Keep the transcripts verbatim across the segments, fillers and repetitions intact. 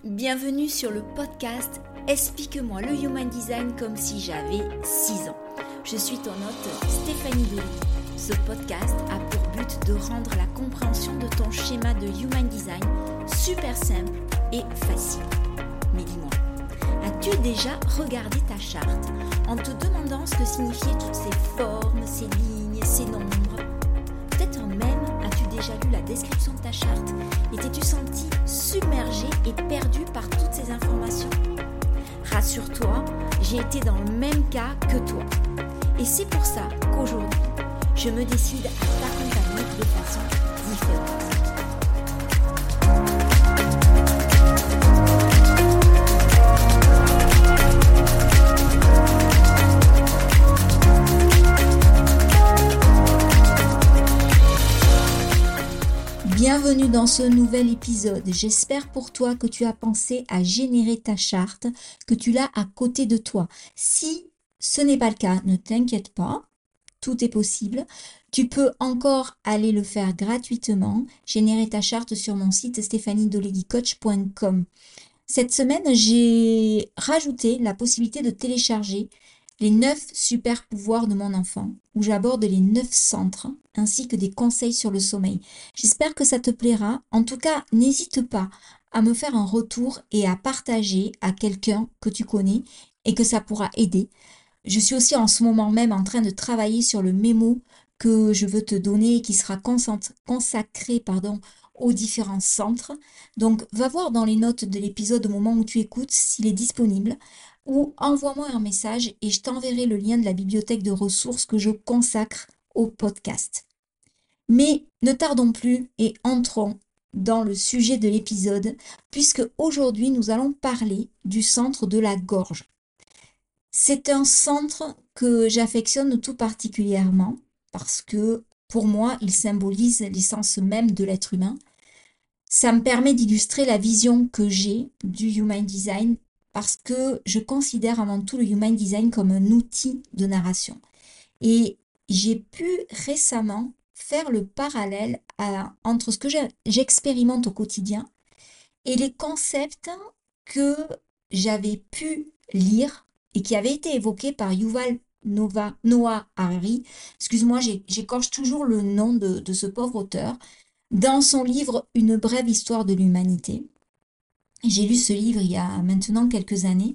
Bienvenue sur le podcast Explique-moi le Human Design comme si j'avais six ans. Je suis ton hôte Stéphanie Delis. Ce podcast a pour but de rendre la compréhension de ton schéma de Human Design super simple et facile. Mais dis-moi, as-tu déjà regardé ta charte en te demandant ce que signifiaient toutes ces formes, ces lignes, ces nombres ? Peut-être même as-tu déjà lu la description de ta charte et t'es-tu senti submergé et perdu par toutes ces informations ? Rassure-toi, j'ai été dans le même cas que toi. Et c'est pour ça qu'aujourd'hui, je me décide à t'accompagner de façon différente. Bienvenue dans ce nouvel épisode. J'espère pour toi que tu as pensé à générer ta charte, que tu l'as à côté de toi. Si ce n'est pas le cas, ne t'inquiète pas, tout est possible. Tu peux encore aller le faire gratuitement, générer ta charte sur mon site stéphanie dolegui coach point com. Cette semaine, j'ai rajouté la possibilité de télécharger les neuf super pouvoirs de mon enfant, où j'aborde les neuf centres, ainsi que des conseils sur le sommeil. J'espère que ça te plaira. En tout cas, n'hésite pas à me faire un retour et à partager à quelqu'un que tu connais et que ça pourra aider. Je suis aussi en ce moment même en train de travailler sur le mémo que je veux te donner et qui sera consacré pardon, aux différents centres. Donc, va voir dans les notes de l'épisode au moment où tu écoutes s'il est disponible ou envoie-moi un message et je t'enverrai le lien de la bibliothèque de ressources que je consacre au podcast. Mais ne tardons plus et entrons dans le sujet de l'épisode puisque aujourd'hui nous allons parler du centre de la gorge. C'est un centre que j'affectionne tout particulièrement parce que pour moi il symbolise l'essence même de l'être humain. Ça me permet d'illustrer la vision que j'ai du Human Design parce que je considère avant tout le Human Design comme un outil de narration. Et j'ai pu récemment faire le parallèle à, entre ce que j'expérimente au quotidien et les concepts que j'avais pu lire et qui avaient été évoqués par Yuval Nova, Noah Harari. Excuse-moi, j'écorche toujours le nom de, de ce pauvre auteur. Dans son livre « Une brève histoire de l'humanité ». J'ai lu ce livre il y a maintenant quelques années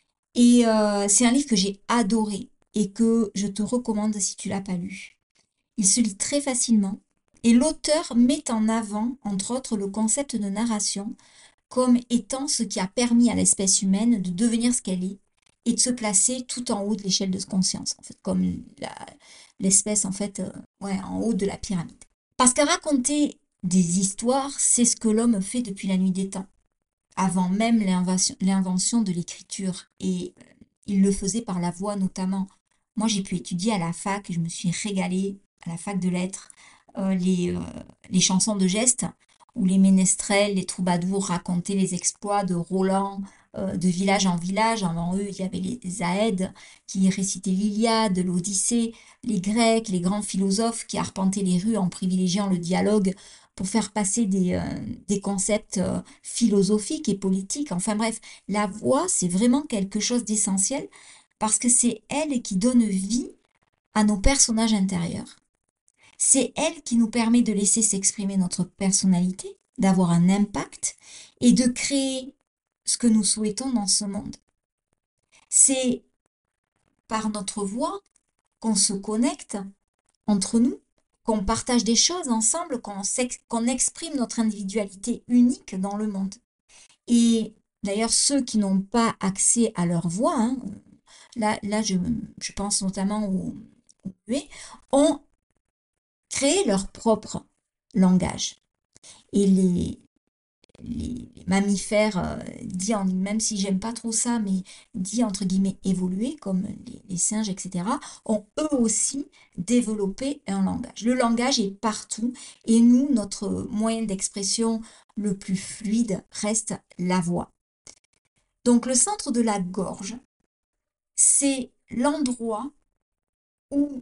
et euh, c'est un livre que j'ai adoré et que je te recommande si tu ne l'as pas lu. Il se lit très facilement et l'auteur met en avant, entre autres, le concept de narration comme étant ce qui a permis à l'espèce humaine de devenir ce qu'elle est et de se placer tout en haut de l'échelle de conscience, en fait, comme la, l'espèce en fait, euh, ouais, en haut de la pyramide. Parce qu'à raconter des histoires, c'est ce que l'homme fait depuis la nuit des temps, avant même l'invention, l'invention de l'écriture. Et euh, il le faisait par la voix notamment. Moi, j'ai pu étudier à la fac, je me suis régalée à la fac de lettres, euh, les, euh, les chansons de gestes, où les ménestrels, les troubadours racontaient les exploits de Roland, euh, de village en village. Avant eux, il y avait les Aèdes qui récitaient l'Iliade, l'Odyssée, les Grecs, les grands philosophes qui arpentaient les rues en privilégiant le dialogue pour faire passer des, euh, des concepts euh, philosophiques et politiques. Enfin bref, la voix, c'est vraiment quelque chose d'essentiel parce que c'est elle qui donne vie à nos personnages intérieurs. C'est elle qui nous permet de laisser s'exprimer notre personnalité, d'avoir un impact et de créer ce que nous souhaitons dans ce monde. C'est par notre voix qu'on se connecte entre nous, qu'on partage des choses ensemble, qu'on, qu'on exprime notre individualité unique dans le monde. Et d'ailleurs, ceux qui n'ont pas accès à leur voix, hein, là, là je, je pense notamment aux, aux muets, ont créé leur propre langage. Et les, les, les mammifères, euh, dits en, même si j'aime pas trop ça, mais dits entre guillemets évolués, comme les, les singes, et cetera, ont eux aussi développé un langage. Le langage est partout et nous, notre moyen d'expression le plus fluide reste la voix. Donc le centre de la gorge, c'est l'endroit où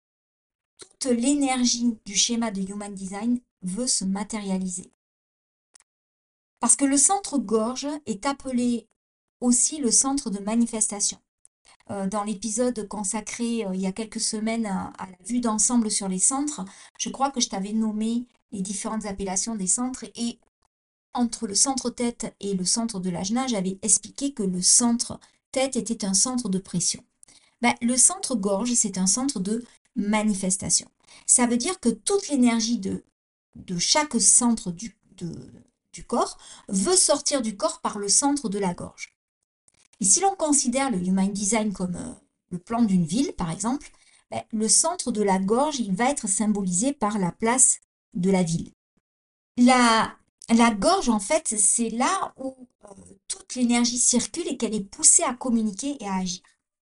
toute l'énergie du schéma de Human Design veut se matérialiser. Parce que le centre-gorge est appelé aussi le centre de manifestation. Euh, dans l'épisode consacré euh, il y a quelques semaines à, à la vue d'ensemble sur les centres, je crois que je t'avais nommé les différentes appellations des centres et entre le centre tête et le centre de l'ajna, j'avais expliqué que le centre tête était un centre de pression. Ben, le centre gorge, c'est un centre de manifestation. Ça veut dire que toute l'énergie de, de chaque centre du, de, du corps veut sortir du corps par le centre de la gorge. Et si l'on considère le Human Design comme euh, le plan d'une ville, par exemple, ben, le centre de la gorge, il va être symbolisé par la place de la ville. La, la gorge, en fait, c'est là où euh, toute l'énergie circule et qu'elle est poussée à communiquer et à agir.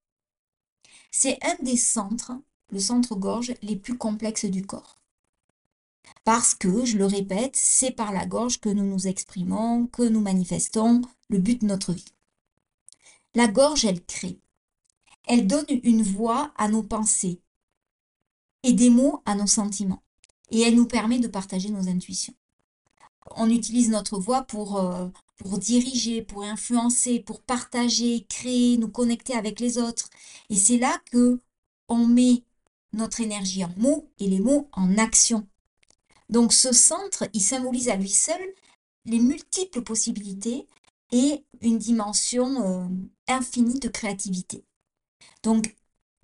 C'est un des centres, le centre-gorge, les plus complexes du corps. Parce que, je le répète, c'est par la gorge que nous nous exprimons, que nous manifestons le but de notre vie. La gorge, elle crée. Elle donne une voix à nos pensées et des mots à nos sentiments. Et elle nous permet de partager nos intuitions. On utilise notre voix pour, euh, pour diriger, pour influencer, pour partager, créer, nous connecter avec les autres. Et c'est là que on met notre énergie en mots et les mots en action. Donc ce centre, il symbolise à lui seul les multiples possibilités et une dimension euh, infinie de créativité. Donc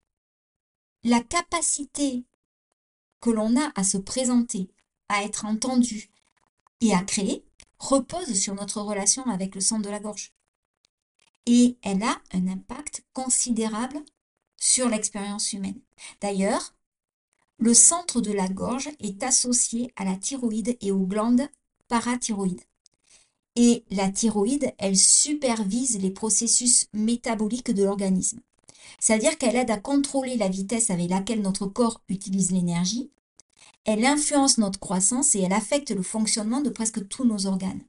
la capacité que l'on a à se présenter, à être entendu et à créer repose sur notre relation avec le centre de la gorge. Et elle a un impact considérable sur l'expérience humaine. D'ailleurs, le centre de la gorge est associé à la thyroïde et aux glandes parathyroïdes. Et la thyroïde, elle supervise les processus métaboliques de l'organisme. C'est-à-dire qu'elle aide à contrôler la vitesse avec laquelle notre corps utilise l'énergie. Elle influence notre croissance et elle affecte le fonctionnement de presque tous nos organes.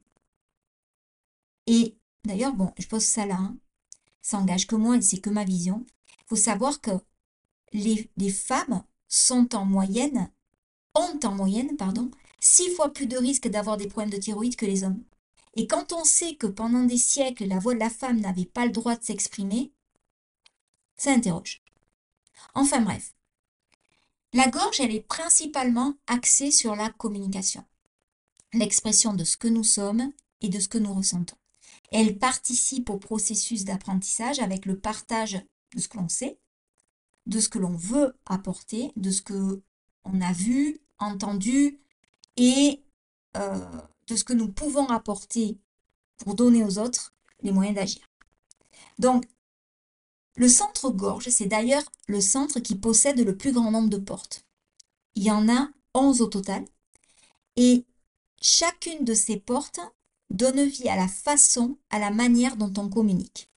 Et d'ailleurs, bon, je pose ça là, hein, ça engage que moi et c'est que ma vision. Il faut savoir que les, les femmes sont en moyenne, ont en moyenne, pardon, six fois plus de risques d'avoir des problèmes de thyroïde que les hommes. Et quand on sait que pendant des siècles, la voix de la femme n'avait pas le droit de s'exprimer, ça interroge. Enfin bref, la gorge, elle est principalement axée sur la communication, l'expression de ce que nous sommes et de ce que nous ressentons. Elle participe au processus d'apprentissage avec le partage de ce que l'on sait, de ce que l'on veut apporter, de ce que on a vu, entendu et euh, de ce que nous pouvons apporter pour donner aux autres les moyens d'agir. Donc, le centre-gorge, c'est d'ailleurs le centre qui possède le plus grand nombre de portes. Il y en a onze au total et chacune de ces portes donne vie à la façon, à la manière dont on communique.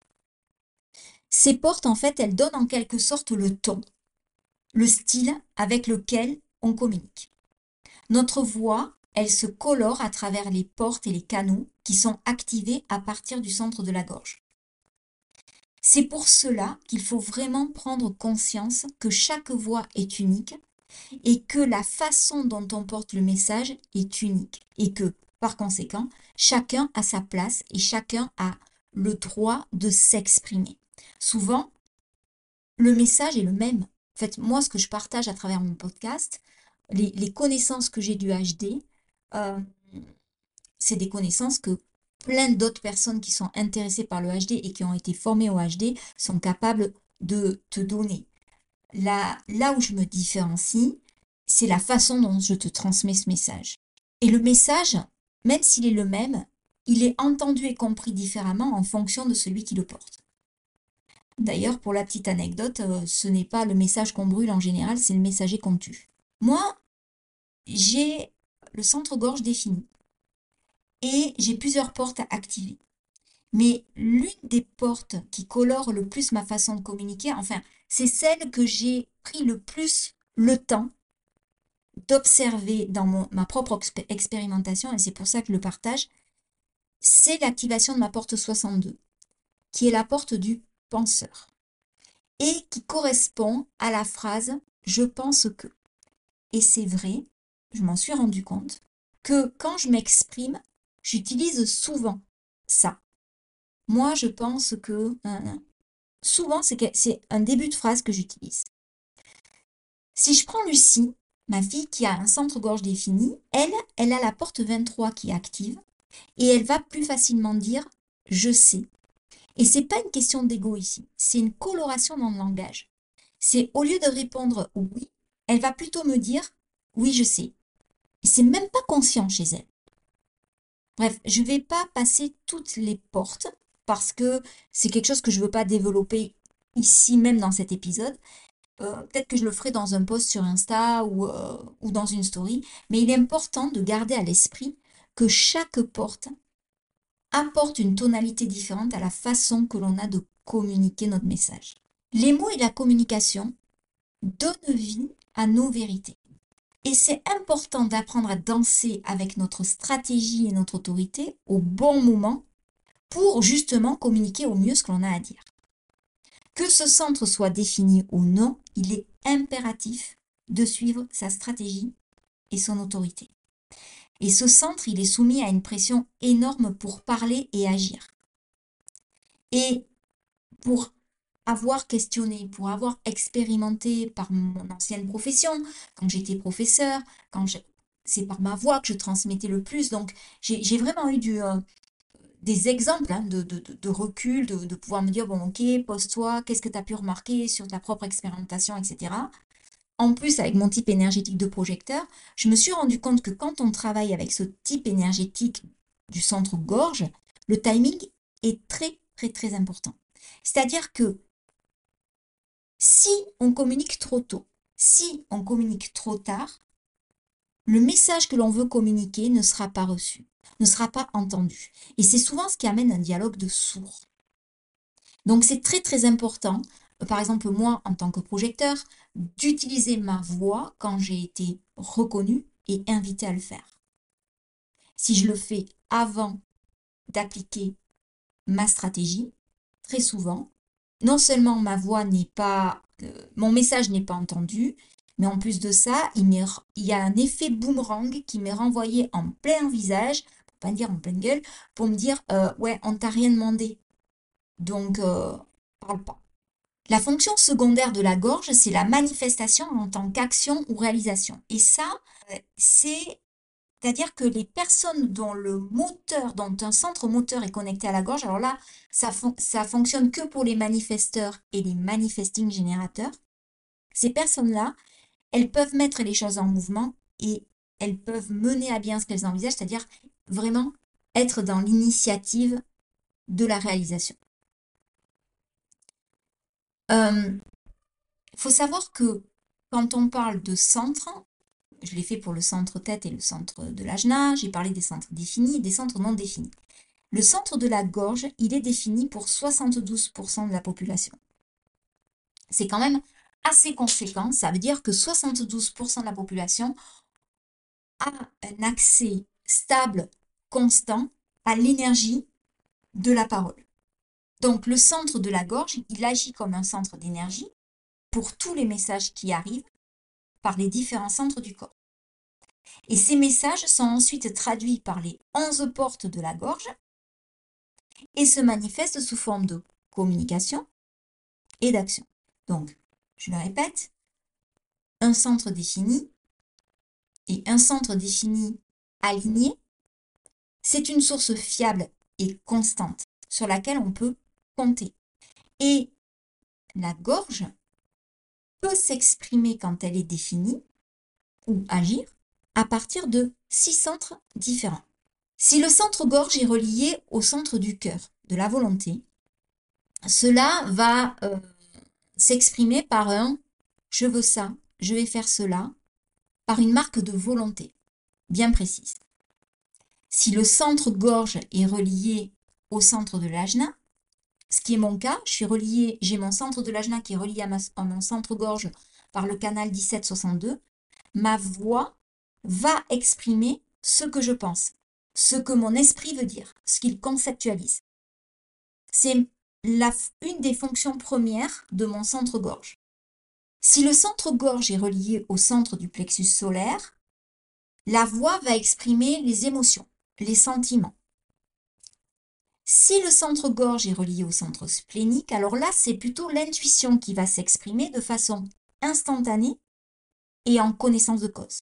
Ces portes, en fait, elles donnent en quelque sorte le ton, le style avec lequel on communique. Notre voix, elle se colore à travers les portes et les canaux qui sont activés à partir du centre de la gorge. C'est pour cela qu'il faut vraiment prendre conscience que chaque voix est unique et que la façon dont on porte le message est unique et que, par conséquent, chacun a sa place et chacun a le droit de s'exprimer. Souvent, le message est le même. En fait, moi, ce que je partage à travers mon podcast, les, les connaissances que j'ai du H D, euh, c'est des connaissances que plein d'autres personnes qui sont intéressées par le H D et qui ont été formées au H D sont capables de te donner. Là, là où je me différencie, c'est la façon dont je te transmets ce message. Et le message, même s'il est le même, il est entendu et compris différemment en fonction de celui qui le porte. D'ailleurs, pour la petite anecdote, euh, ce n'est pas le message qu'on brûle en général, c'est le messager qu'on tue. Moi, j'ai le centre-gorge défini et j'ai plusieurs portes à activer. Mais l'une des portes qui colore le plus ma façon de communiquer, enfin, c'est celle que j'ai pris le plus le temps d'observer dans mon, ma propre expé- expérimentation, et c'est pour ça que je le partage, c'est l'activation de ma porte soixante-deux, qui est la porte du penseur, et qui correspond à la phrase « je pense que ». Et c'est vrai, je m'en suis rendu compte, que quand je m'exprime, J'utilise souvent ça. Moi, je pense que euh, souvent, c'est que- c'est un début de phrase que j'utilise. Si je prends Lucie, ma fille qui a un centre-gorge défini, elle, elle a la porte vingt-trois qui est active et elle va plus facilement dire je sais. Et c'est pas une question d'ego ici, c'est une coloration dans le langage. C'est au lieu de répondre oui, elle va plutôt me dire oui, je sais. Et c'est même pas conscient chez elle. Bref, je vais pas passer toutes les portes parce que c'est quelque chose que je veux pas développer ici même dans cet épisode. Euh, peut-être que je le ferai dans un post sur Insta ou, euh, ou dans une story, mais il est important de garder à l'esprit que chaque porte apporte une tonalité différente à la façon que l'on a de communiquer notre message. Les mots et la communication donnent vie à nos vérités. Et c'est important d'apprendre à danser avec notre stratégie et notre autorité au bon moment pour justement communiquer au mieux ce que l'on a à dire. Que ce centre soit défini ou non, il est impératif de suivre sa stratégie et son autorité. Et ce centre, il est soumis à une pression énorme pour parler et agir. Et pour avoir questionné, pour avoir expérimenté par mon ancienne profession, quand j'étais professeur, quand je, c'est par ma voix que je transmettais le plus. Donc, j'ai, j'ai vraiment eu du, euh, des exemples hein, de, de, de, de recul, de, de pouvoir me dire, bon, ok, pose-toi, qu'est-ce que tu as pu remarquer sur ta propre expérimentation, et cetera. En plus, avec mon type énergétique de projecteur, je me suis rendu compte que quand on travaille avec ce type énergétique du centre-gorge, le timing est très, très, très important. C'est-à-dire que si on communique trop tôt, si on communique trop tard, le message que l'on veut communiquer ne sera pas reçu, ne sera pas entendu. Et c'est souvent ce qui amène un dialogue de sourds. Donc c'est très très important, par exemple moi en tant que projecteur, d'utiliser ma voix quand j'ai été reconnue et invitée à le faire. Si je le fais avant d'appliquer ma stratégie, très souvent, non seulement ma voix n'est pas, euh, mon message n'est pas entendu, mais en plus de ça, il, m'est, il y a un effet boomerang qui m'est renvoyé en plein visage, pour pas dire en pleine gueule, pour me dire euh, ouais, on t'a rien demandé, donc euh, parle pas. La fonction secondaire de la gorge, c'est la manifestation en tant qu'action ou réalisation. Et ça, euh, c'est c'est-à-dire que les personnes dont le moteur, dont un centre moteur est connecté à la gorge, alors là, ça, fon- ça fonctionne que pour les manifesteurs et les manifesting générateurs. Ces personnes-là, elles peuvent mettre les choses en mouvement et elles peuvent mener à bien ce qu'elles envisagent, c'est-à-dire vraiment être dans l'initiative de la réalisation. Il faut savoir que quand on parle de centre, je l'ai fait pour le centre tête et le centre de l'ajna, j'ai parlé des centres définis et des centres non définis. Le centre de la gorge, il est défini pour soixante-douze pour cent de la population. C'est quand même assez conséquent, ça veut dire que soixante-douze pour cent de la population a un accès stable, constant à l'énergie de la parole. Donc le centre de la gorge, il agit comme un centre d'énergie pour tous les messages qui arrivent par les différents centres du corps. Et ces messages sont ensuite traduits par les onze portes de la gorge et se manifestent sous forme de communication et d'action. Donc, je le répète, un centre défini et un centre défini aligné, c'est une source fiable et constante sur laquelle on peut compter. Et la gorge peut s'exprimer quand elle est définie ou agir à partir de six centres différents. Si le centre-gorge est relié au centre du cœur, de la volonté, cela va euh, s'exprimer par un je veux ça, je vais faire cela, par une marque de volonté bien précise. Si le centre-gorge est relié au centre de l'ajna, ce qui est mon cas, je suis relié, j'ai mon centre de l'ajna qui est relié à, ma, à mon centre-gorge par le canal dix-sept soixante-deux, ma voix va exprimer ce que je pense, ce que mon esprit veut dire, ce qu'il conceptualise. C'est la, une des fonctions premières de mon centre-gorge. Si le centre-gorge est relié au centre du plexus solaire, la voix va exprimer les émotions, les sentiments. Si le centre-gorge est relié au centre splénique, alors là, c'est plutôt l'intuition qui va s'exprimer de façon instantanée et en connaissance de cause.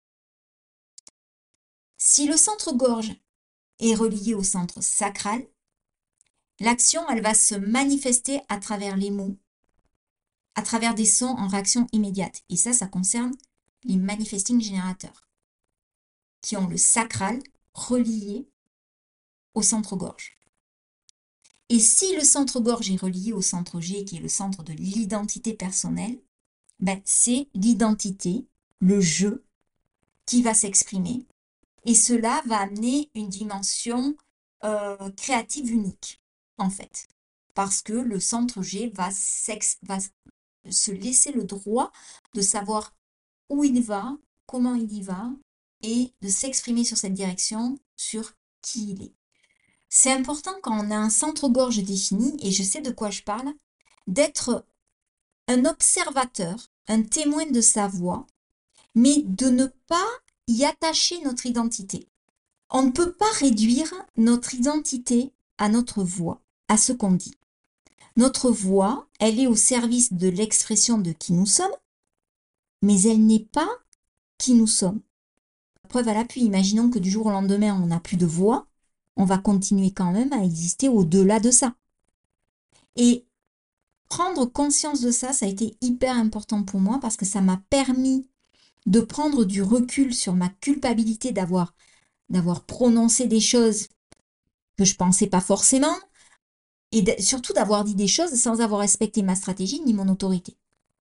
Si le centre-gorge est relié au centre sacral, l'action, elle va se manifester à travers les mots, à travers des sons en réaction immédiate. Et ça, ça concerne les manifesting générateurs, qui ont le sacral relié au centre-gorge. Et si le centre-gorge est relié au centre G, qui est le centre de l'identité personnelle, ben, c'est l'identité, le jeu, qui va s'exprimer. Et cela va amener une dimension euh, créative unique, en fait. Parce que le centre G va, va se laisser le droit de savoir où il va, comment il y va, et de s'exprimer sur cette direction, sur qui il est. C'est important quand on a un centre-gorge défini, et je sais de quoi je parle, d'être un observateur, un témoin de sa voix, mais de ne pas y attacher notre identité. On ne peut pas réduire notre identité à notre voix, à ce qu'on dit. Notre voix, elle est au service de l'expression de qui nous sommes, mais elle n'est pas qui nous sommes. Preuve à l'appui, imaginons que du jour au lendemain, on n'a plus de voix, on va continuer quand même à exister au-delà de ça. Et prendre conscience de ça, ça a été hyper important pour moi parce que ça m'a permis de prendre du recul sur ma culpabilité d'avoir d'avoir prononcé des choses que je pensais pas forcément et de, surtout d'avoir dit des choses sans avoir respecté ma stratégie ni mon autorité.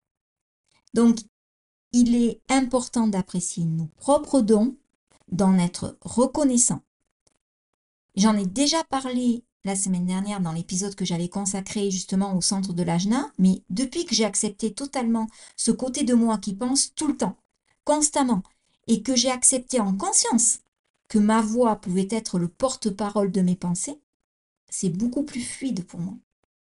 Donc, il est important d'apprécier nos propres dons, d'en être reconnaissant. J'en ai déjà parlé la semaine dernière dans l'épisode que j'avais consacré justement au centre de l'ajna, mais depuis que j'ai accepté totalement ce côté de moi qui pense tout le temps, constamment, et que j'ai accepté en conscience que ma voix pouvait être le porte-parole de mes pensées, c'est beaucoup plus fluide pour moi.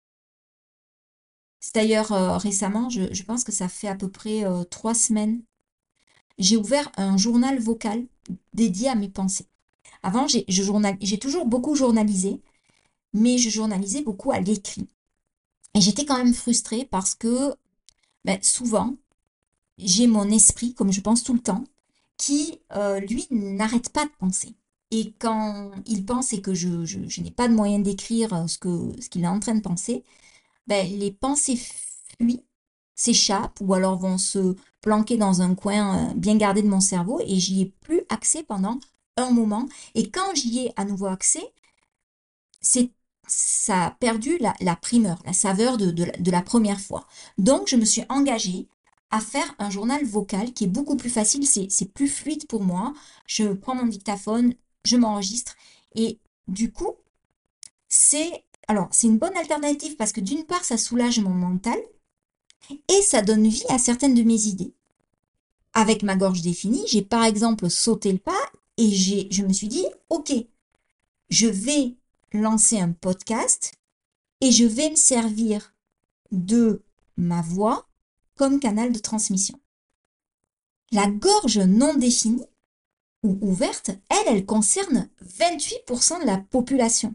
C'est d'ailleurs euh, récemment, je, je pense que ça fait à peu près euh, trois semaines, j'ai ouvert un journal vocal dédié à mes pensées. Avant, j'ai, je journal, j'ai toujours beaucoup journalisé, mais je journalisais beaucoup à l'écrit. Et j'étais quand même frustrée parce que ben, souvent, j'ai mon esprit, comme je pense tout le temps, qui, euh, lui, n'arrête pas de penser. Et quand il pense et que je, je, je n'ai pas de moyen d'écrire ce, que, ce qu'il est en train de penser, ben, les pensées fuient, s'échappent ou alors vont se planquer dans un coin euh, bien gardé de mon cerveau et j'y ai plus accès pendant un moment. Et quand j'y ai à nouveau accès, c'est ça a perdu la, la primeur, la saveur de, de, de la première fois. Donc, je me suis engagée à faire un journal vocal qui est beaucoup plus facile, c'est, c'est plus fluide pour moi. Je prends mon dictaphone, je m'enregistre et du coup, c'est alors c'est une bonne alternative parce que d'une part, ça soulage mon mental et ça donne vie à certaines de mes idées. Avec ma gorge définie, j'ai par exemple sauté le pas et j'ai, je me suis dit, ok, je vais lancer un podcast et je vais me servir de ma voix comme canal de transmission. La gorge non définie ou ouverte, elle, elle concerne vingt-huit pour cent de la population.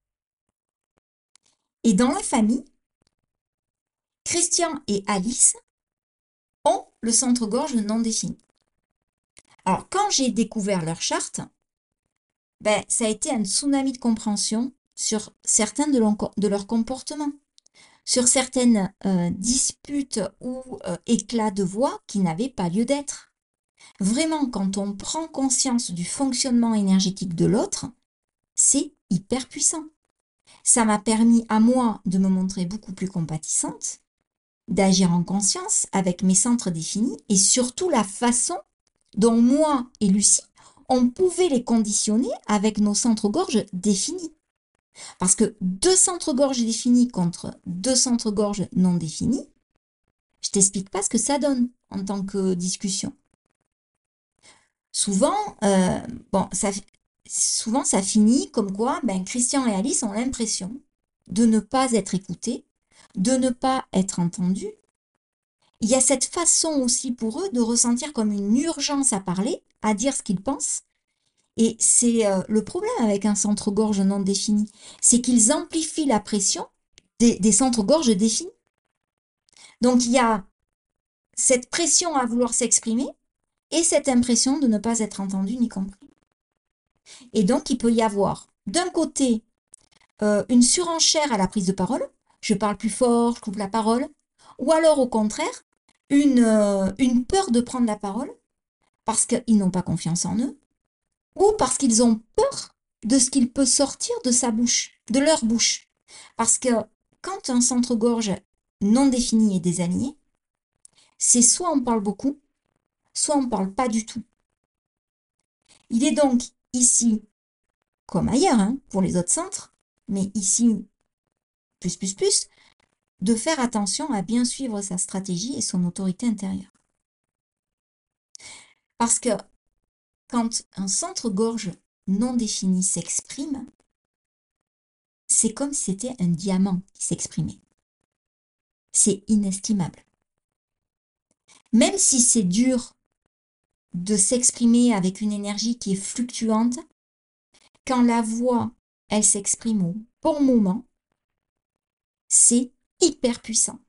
Et dans la famille, Christian et Alice ont le centre-gorge non défini. Alors, quand j'ai découvert leur charte, ben, ça a été un tsunami de compréhension sur certains de, de leurs comportements, sur certaines euh, disputes ou euh, éclats de voix qui n'avaient pas lieu d'être. Vraiment, quand on prend conscience du fonctionnement énergétique de l'autre, c'est hyper puissant. Ça m'a permis à moi de me montrer beaucoup plus compatissante, d'agir en conscience avec mes centres définis et surtout la façon dont moi et Lucie, on pouvait les conditionner avec nos centres-gorges définis. Parce que deux centres-gorges définis contre deux centres-gorges non définis, je t'explique pas ce que ça donne en tant que discussion. Souvent, euh, bon, ça, souvent, ça finit comme quoi ben, Christian et Alice ont l'impression de ne pas être écoutés, de ne pas être entendus. Il y a cette façon aussi pour eux de ressentir comme une urgence à parler, à dire ce qu'ils pensent, Et c'est euh, le problème avec un centre-gorge non défini, c'est qu'ils amplifient la pression des, des centres-gorges définis. Donc il y a cette pression à vouloir s'exprimer et cette impression de ne pas être entendu ni compris. Et donc il peut y avoir d'un côté euh, une surenchère à la prise de parole, je parle plus fort, je coupe la parole, ou alors au contraire, une, euh, une peur de prendre la parole parce qu'ils n'ont pas confiance en eux, ou parce qu'ils ont peur de ce qu'il peut sortir de sa bouche, de leur bouche. Parce que quand un centre-gorge non défini est désaligné, c'est soit on parle beaucoup, soit on ne parle pas du tout. Il est donc ici, comme ailleurs, hein, pour les autres centres, mais ici, plus, plus, plus, de faire attention à bien suivre sa stratégie et son autorité intérieure. Parce que quand un centre-gorge non défini s'exprime, c'est comme si c'était un diamant qui s'exprimait. C'est inestimable. Même si c'est dur de s'exprimer avec une énergie qui est fluctuante, quand la voix, elle s'exprime au bon moment, c'est hyper puissant.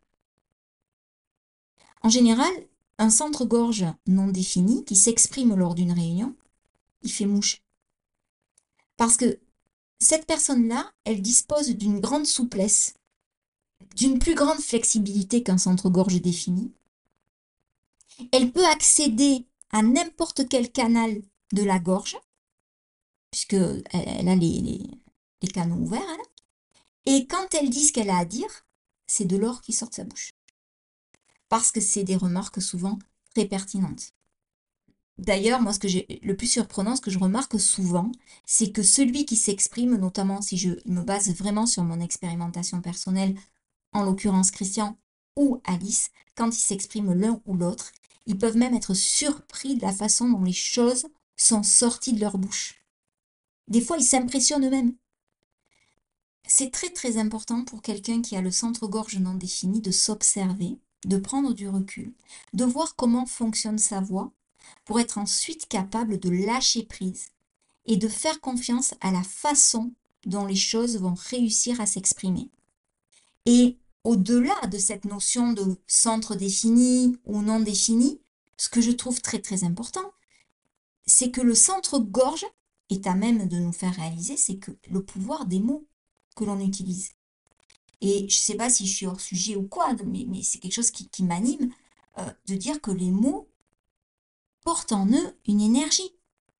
En général, un centre-gorge non défini qui s'exprime lors d'une réunion, il fait mouche. Parce que cette personne-là, elle dispose d'une grande souplesse, d'une plus grande flexibilité qu'un centre-gorge défini. Elle peut accéder à n'importe quel canal de la gorge, puisque elle a les, les, les canaux ouverts, elle. Et quand elle dit ce qu'elle a à dire, c'est de l'or qui sort de sa bouche. Parce que c'est des remarques souvent très pertinentes. D'ailleurs, moi, ce que j'ai le plus surprenant, ce que je remarque souvent, c'est que celui qui s'exprime, notamment si je me base vraiment sur mon expérimentation personnelle, en l'occurrence Christian ou Alice, quand ils s'expriment l'un ou l'autre, ils peuvent même être surpris de la façon dont les choses sont sorties de leur bouche. Des fois, ils s'impressionnent eux-mêmes. C'est très très important pour quelqu'un qui a le centre-gorge non défini de s'observer, de prendre du recul, de voir comment fonctionne sa voix pour être ensuite capable de lâcher prise et de faire confiance à la façon dont les choses vont réussir à s'exprimer. Et au-delà de cette notion de centre défini ou non défini, ce que je trouve très très important, c'est que le centre-gorge est à même de nous faire réaliser, c'est que le pouvoir des mots que l'on utilise. Et je ne sais pas si je suis hors sujet ou quoi, mais, mais c'est quelque chose qui, qui m'anime, euh, de dire que les mots portent en eux une énergie.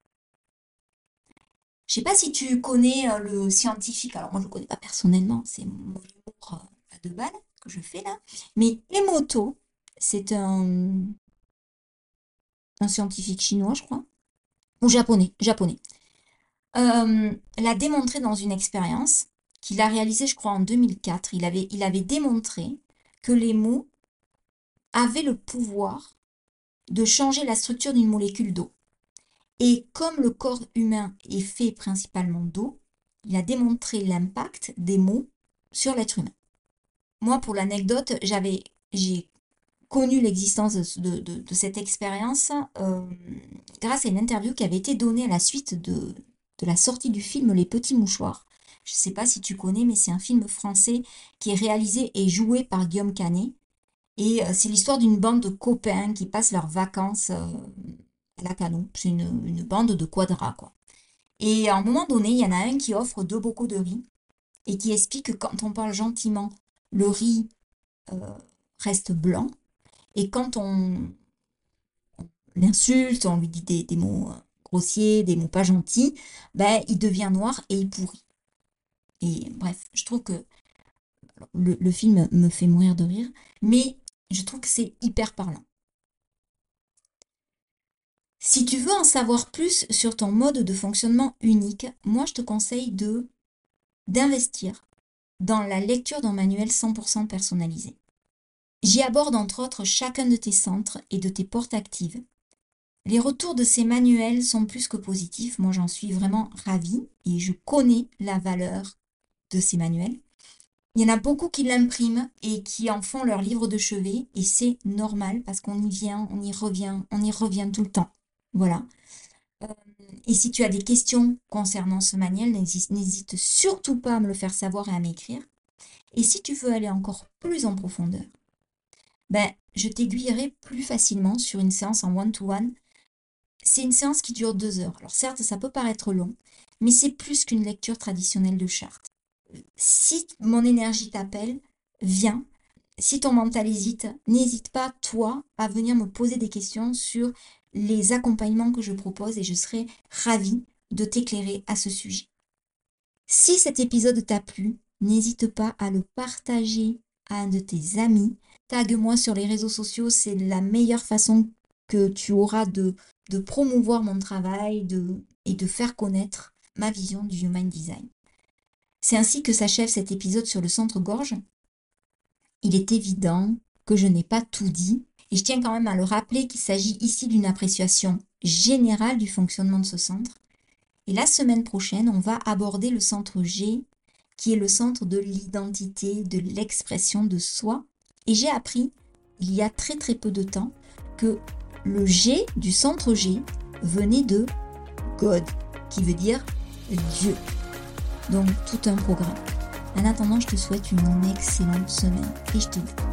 Je sais pas si tu connais euh, le scientifique, alors moi je ne le connais pas personnellement, c'est mon humour euh, à deux balles que je fais là, mais Emoto, c'est un, un scientifique chinois, je crois, ou japonais, japonais, euh, l'a démontré dans une expérience qu'il a réalisée, je crois, en deux mille quatre. Il avait, il avait démontré que les mots avaient le pouvoir de changer la structure d'une molécule d'eau. Et comme le corps humain est fait principalement d'eau, il a démontré l'impact des mots sur l'être humain. Moi, pour l'anecdote, j'avais, j'ai connu l'existence de, de, de, de cette expérience euh, grâce à une interview qui avait été donnée à la suite de, de la sortie du film Les Petits Mouchoirs. Je ne sais pas si tu connais, mais c'est un film français qui est réalisé et joué par Guillaume Canet. Et euh, c'est l'histoire d'une bande de copains qui passent leurs vacances euh, à la Cano. C'est une, une bande de quadras, quoi. Et à un moment donné, il y en a un qui offre deux bocaux de riz et qui explique que quand on parle gentiment, le riz euh, reste blanc. Et quand on, on l'insulte, on lui dit des, des mots euh, grossiers, des mots pas gentils, ben, il devient noir et il pourrit. Et bref, je trouve que le, le film me fait mourir de rire, mais je trouve que c'est hyper parlant. Si tu veux en savoir plus sur ton mode de fonctionnement unique, moi je te conseille de d'investir dans la lecture d'un manuel cent pour cent personnalisé. J'y aborde entre autres chacun de tes centres et de tes portes actives. Les retours de ces manuels sont plus que positifs, moi j'en suis vraiment ravie et je connais la valeur de ces manuels. Il y en a beaucoup qui l'impriment et qui en font leur livre de chevet et c'est normal parce qu'on y vient, on y revient, on y revient tout le temps. Voilà. Et si tu as des questions concernant ce manuel, n'hésite, n'hésite surtout pas à me le faire savoir et à m'écrire. Et si tu veux aller encore plus en profondeur, ben, je t'aiguillerai plus facilement sur une séance en one-to-one. C'est une séance qui dure deux heures. Alors certes, ça peut paraître long, mais c'est plus qu'une lecture traditionnelle de charte. Si mon énergie t'appelle, viens. Si ton mental hésite, n'hésite pas, toi, à venir me poser des questions sur les accompagnements que je propose et je serai ravie de t'éclairer à ce sujet. Si cet épisode t'a plu, n'hésite pas à le partager à un de tes amis. Tague-moi sur les réseaux sociaux, c'est la meilleure façon que tu auras de, de promouvoir mon travail de, et de faire connaître ma vision du Human Design. C'est ainsi que s'achève cet épisode sur le centre-gorge. Il est évident que je n'ai pas tout dit, et je tiens quand même à le rappeler qu'il s'agit ici d'une appréciation générale du fonctionnement de ce centre. Et la semaine prochaine, on va aborder le centre G, qui est le centre de l'identité, de l'expression de soi. Et j'ai appris, il y a très très peu de temps, que le G du centre G venait de God, qui veut dire Dieu. Donc tout un programme. En attendant, je te souhaite une excellente semaine et je te dis